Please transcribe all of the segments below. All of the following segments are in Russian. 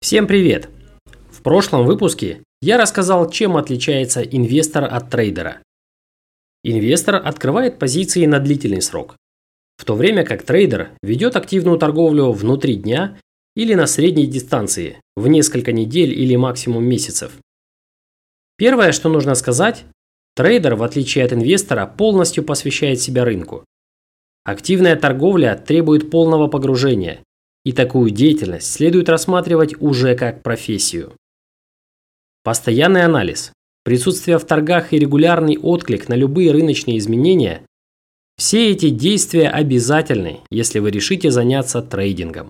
Всем привет! В прошлом выпуске я рассказал, чем отличается инвестор от трейдера. Инвестор открывает позиции на длительный срок, в то время как трейдер ведет активную торговлю внутри дня или на средней дистанции в несколько недель или максимум месяцев. Первое, что нужно сказать, трейдер, в отличие от инвестора, полностью посвящает себя рынку. Активная торговля требует полного погружения, и такую деятельность следует рассматривать уже как профессию. Постоянный анализ, присутствие в торгах и регулярный отклик на любые рыночные изменения – все эти действия обязательны, если вы решите заняться трейдингом.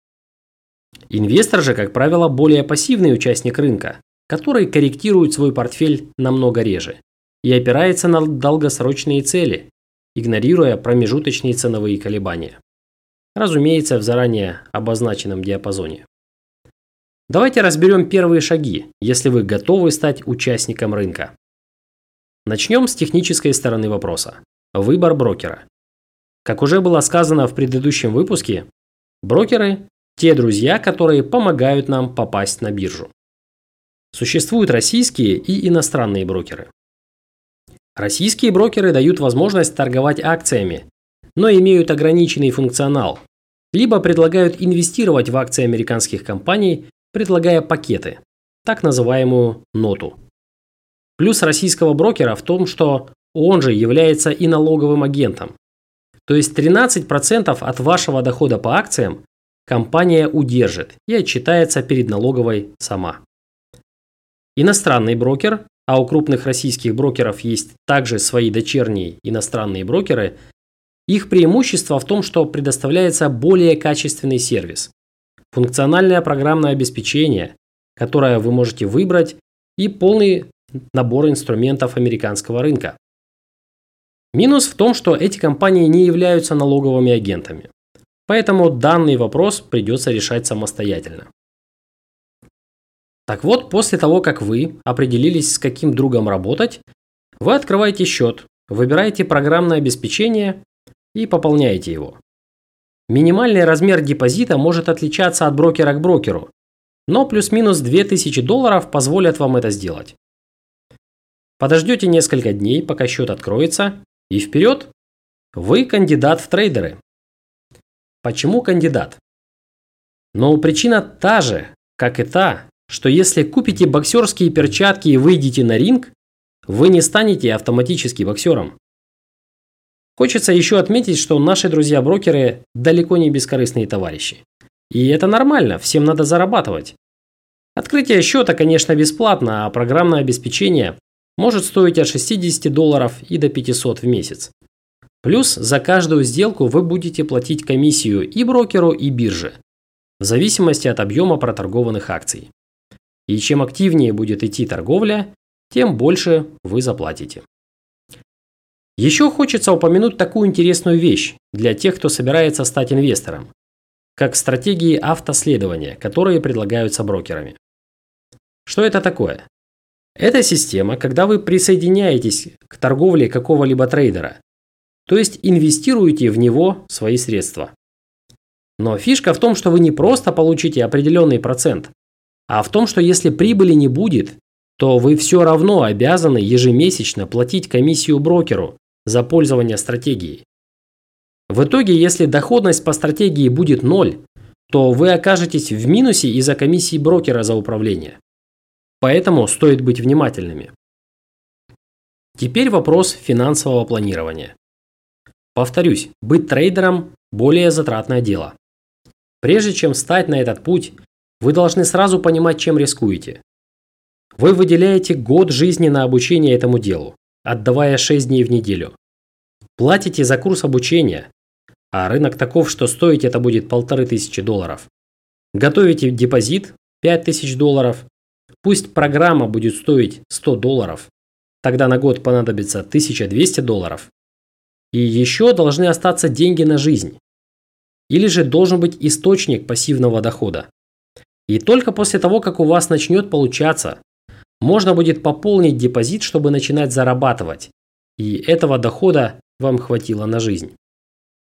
Инвестор же, как правило, более пассивный участник рынка, который корректирует свой портфель намного реже и опирается на долгосрочные цели, игнорируя промежуточные ценовые колебания. Разумеется, в заранее обозначенном диапазоне. Давайте разберем первые шаги, если вы готовы стать участником рынка. Начнем с технической стороны вопроса. Выбор брокера. Как уже было сказано в предыдущем выпуске, брокеры – те друзья, которые помогают нам попасть на биржу. Существуют российские и иностранные брокеры. Российские брокеры дают возможность торговать акциями, но имеют ограниченный функционал, либо предлагают инвестировать в акции американских компаний, предлагая пакеты, так называемую ноту. Плюс российского брокера в том, что он же является и налоговым агентом. То есть 13% от вашего дохода по акциям компания удержит и отчитается перед налоговой сама. Иностранный брокер, а у крупных российских брокеров есть также свои дочерние иностранные брокеры, их преимущество в том, что предоставляется более качественный сервис, функциональное программное обеспечение, которое вы можете выбрать, и полный набор инструментов американского рынка. Минус в том, что эти компании не являются налоговыми агентами, поэтому данный вопрос придется решать самостоятельно. Так вот, после того, как вы определились, с каким другом работать, вы открываете счет, выбираете программное обеспечение и пополняете его. Минимальный размер депозита может отличаться от брокера к брокеру, но плюс-минус $2000 позволят вам это сделать. Подождете несколько дней, пока счет откроется, и вперед! Вы кандидат в трейдеры. Почему кандидат? Но причина та же, как и та, что если купите боксерские перчатки и выйдете на ринг, вы не станете автоматически боксером. Хочется еще отметить, что наши друзья-брокеры далеко не бескорыстные товарищи. И это нормально, всем надо зарабатывать. Открытие счета, конечно, бесплатно, а программное обеспечение может стоить от $60 и до $500 в месяц. Плюс за каждую сделку вы будете платить комиссию и брокеру, и бирже, в зависимости от объема проторгованных акций. И чем активнее будет идти торговля, тем больше вы заплатите. Еще хочется упомянуть такую интересную вещь для тех, кто собирается стать инвестором, как стратегии автоследования, которые предлагаются брокерами. Что это такое? Это система, когда вы присоединяетесь к торговле какого-либо трейдера, то есть инвестируете в него свои средства. Но фишка в том, что вы не просто получите определенный процент, а в том, что если прибыли не будет, то вы все равно обязаны ежемесячно платить комиссию брокеру за пользование стратегией. В итоге, если доходность по стратегии будет 0, то вы окажетесь в минусе из-за комиссии брокера за управление. Поэтому стоит быть внимательными. Теперь вопрос финансового планирования. Повторюсь, быть трейдером – более затратное дело. Прежде чем встать на этот путь, вы должны сразу понимать, чем рискуете. Вы выделяете год жизни на обучение этому делу, отдавая 6 дней в неделю. Платите за курс обучения, а рынок таков, что стоить это будет $1500. Готовите депозит $5000, пусть программа будет стоить $100, тогда на год понадобится $1200. И еще должны остаться деньги на жизнь. Или же должен быть источник пассивного дохода. И только после того, как у вас начнет получаться, можно будет пополнить депозит, чтобы начинать зарабатывать. И этого дохода вам хватило на жизнь.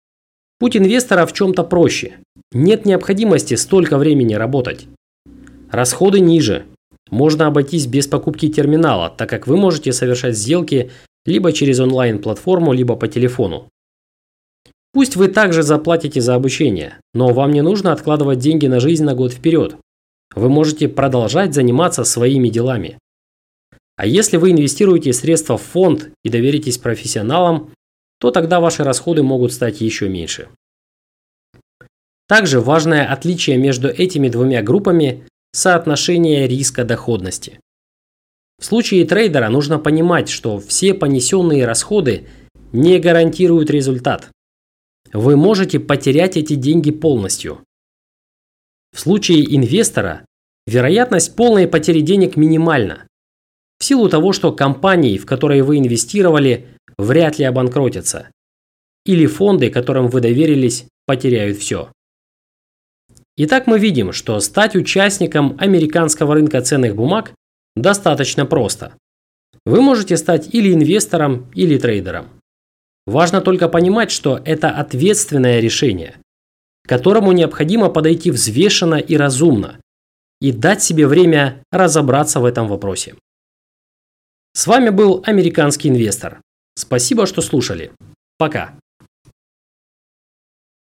Путь инвестора в чем-то проще. Нет необходимости столько времени работать. Расходы ниже. Можно обойтись без покупки терминала, так как вы можете совершать сделки либо через онлайн-платформу, либо по телефону. Пусть вы также заплатите за обучение, но вам не нужно откладывать деньги на жизнь на год вперед. Вы можете продолжать заниматься своими делами. А если вы инвестируете средства в фонд и доверитесь профессионалам, то тогда ваши расходы могут стать еще меньше. Также важное отличие между этими двумя группами – соотношение риска-доходности. В случае трейдера нужно понимать, что все понесенные расходы не гарантируют результат. Вы можете потерять эти деньги полностью. В случае инвестора вероятность полной потери денег минимальна, в силу того, что компании, в которые вы инвестировали, вряд ли обанкротятся, или фонды, которым вы доверились, потеряют все. Итак, мы видим, что стать участником американского рынка ценных бумаг достаточно просто. Вы можете стать или инвестором, или трейдером. Важно только понимать, что это ответственное решение, к которому необходимо подойти взвешенно и разумно, и дать себе время разобраться в этом вопросе. С вами был Американский инвестор. Спасибо, что слушали. Пока.